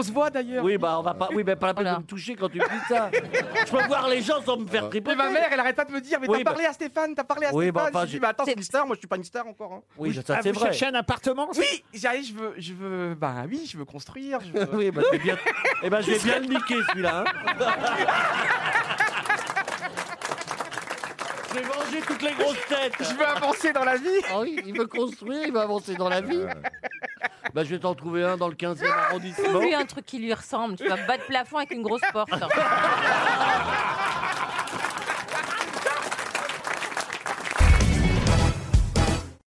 grosse voix d'ailleurs. Oui, bah on va pas. Oui, mais pas la peine de me toucher quand tu me dis ça. Je peux voir les gens sans me faire Mais tripoter. ma mère, elle arrête pas de me dire, mais Oui, t'as bah- parlé à Stéphane, t'as parlé à Oui, Stéphane. bah, enfin, Je dis, mais attends, c'est une star, moi je suis pas une star encore. Hein. Oui, ça c'est vous vrai. cherchez un appartement Oui, j'arrive, bah oui, je veux construire. Je veux... Oui, bah c'est bien. Eh ben, je vais bien le niquer celui-là. Hein. Je vais manger toutes les grosses têtes. Je veux avancer dans la vie. Ah oui, il veut construire, il veut avancer dans la vie. Bah, je vais t'en trouver un dans le 15e arrondissement. Trouve-lui un truc qui lui ressemble. Tu vas battre plafond avec une grosse porte.